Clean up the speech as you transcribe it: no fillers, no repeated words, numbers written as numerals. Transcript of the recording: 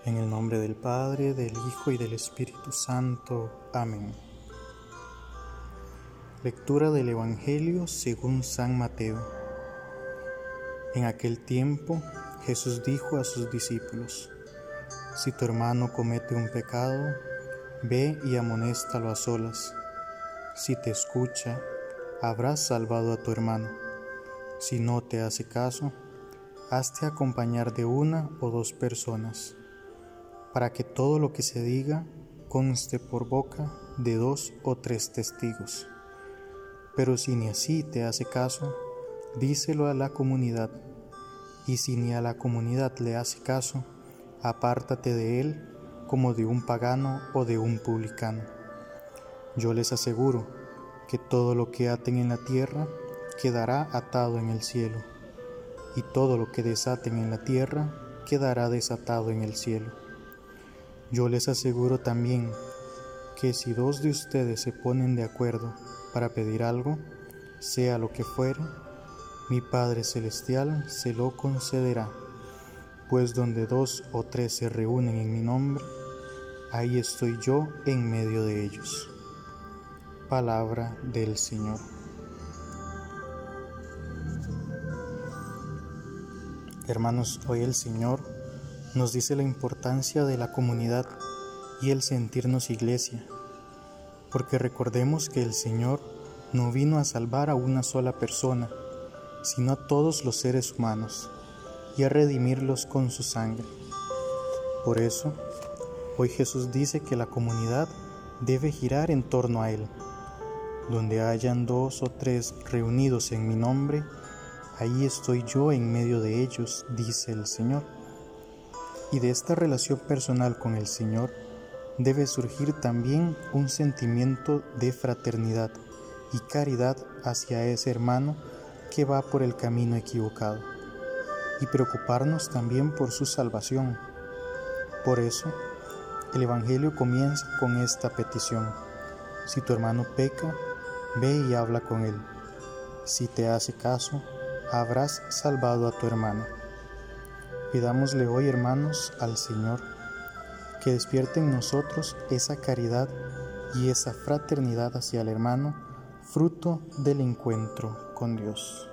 En el nombre del Padre, del Hijo y del Espíritu Santo. Amén. Lectura del Evangelio según San Mateo. En aquel tiempo, Jesús dijo a sus discípulos: Si tu hermano comete un pecado, ve y amonéstalo a solas. Si te escucha, habrás salvado a tu hermano. Si no te hace caso, hazte acompañar de 1 o 2 personas, para que todo lo que se diga conste por boca de 2 o 3 testigos. Pero si ni así te hace caso, díselo a la comunidad, y si ni a la comunidad le hace caso, apártate de él como de un pagano o de un publicano. Yo les aseguro que todo lo que aten en la tierra quedará atado en el cielo, y todo lo que desaten en la tierra quedará desatado en el cielo. Yo les aseguro también que si 2 de ustedes se ponen de acuerdo para pedir algo, sea lo que fuere, mi Padre Celestial se lo concederá, pues donde 2 o 3 se reúnen en mi nombre, ahí estoy yo en medio de ellos. Palabra del Señor. Hermanos, hoy el Señor nos dice la importancia de la comunidad y el sentirnos iglesia, porque recordemos que el Señor no vino a salvar a una sola persona, sino a todos los seres humanos, y a redimirlos con su sangre. Por eso, hoy Jesús dice que la comunidad debe girar en torno a Él. Donde hayan 2 o 3 reunidos en mi nombre, ahí estoy yo en medio de ellos, dice el Señor. Y de esta relación personal con el Señor debe surgir también un sentimiento de fraternidad y caridad hacia ese hermano que va por el camino equivocado, y preocuparnos también por su salvación. Por eso, el Evangelio comienza con esta petición: si tu hermano peca, ve y habla con él. Si te hace caso, habrás salvado a tu hermano. Pidámosle hoy, hermanos, al Señor que despierte en nosotros esa caridad y esa fraternidad hacia el hermano, fruto del encuentro con Dios.